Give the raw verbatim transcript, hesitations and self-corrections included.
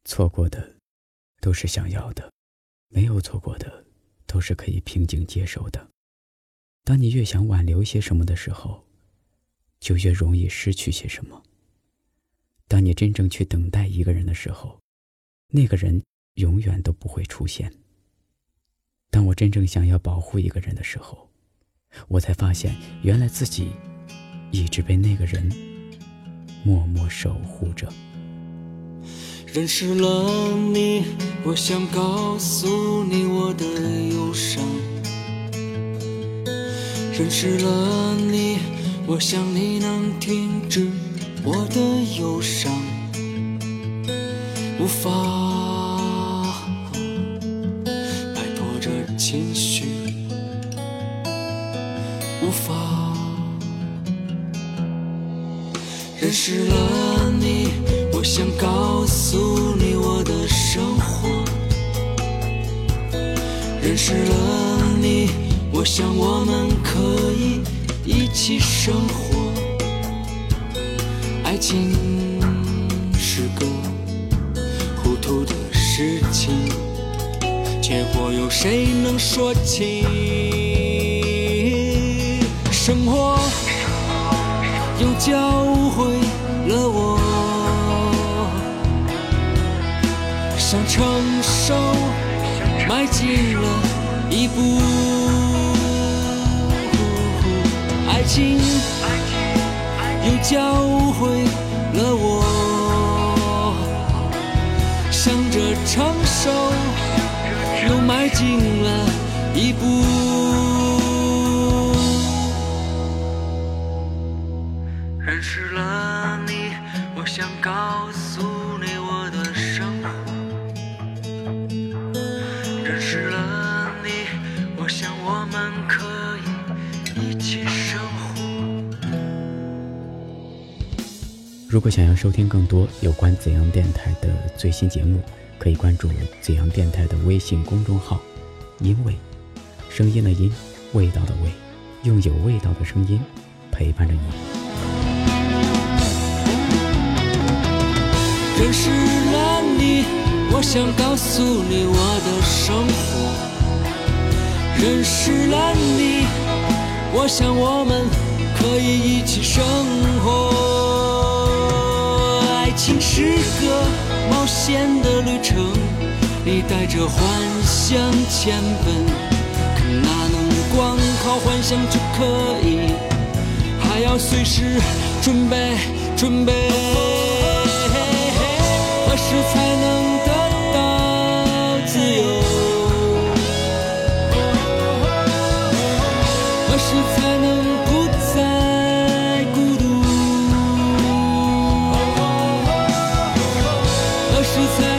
错过的都是想要的，没有错过的都是可以平静接受的。当你越想挽留些什么的时候，就越容易失去些什么。当你真正去等待一个人的时候，那个人永远都不会出现。当我真正想要保护一个人的时候，我才发现原来自己一直被那个人默默守护着。 认识了你，我想告诉你我的忧伤。认识了你，我想你能停止我的忧伤。无法摆脱这情绪，无法。认识了你，我想告诉你我的生活。认识了你，我想我们可以一起生活。爱情是个糊涂的事情，结果有谁能说清？生活又教会了我，想承受迈进了一步。爱情又教会了我，想着承受又迈进了一步。认识了你，我想告诉你我的生活。认识了你，我想我们可以一起生活。 如果想要收听更多有关怎样电台的最新节目，可以关注怎样电台的微信公众号。因为声音的音，味道的味，用有味道的声音陪伴着你。 认识了你，我想告诉你我的生活。认识了你，我想我们可以一起生活。爱情是个冒险的旅程，你带着幻想前奔，可哪能光靠幻想就可以，还要随时准备准备。何时才能得到自由？何时才能不再孤独？何时才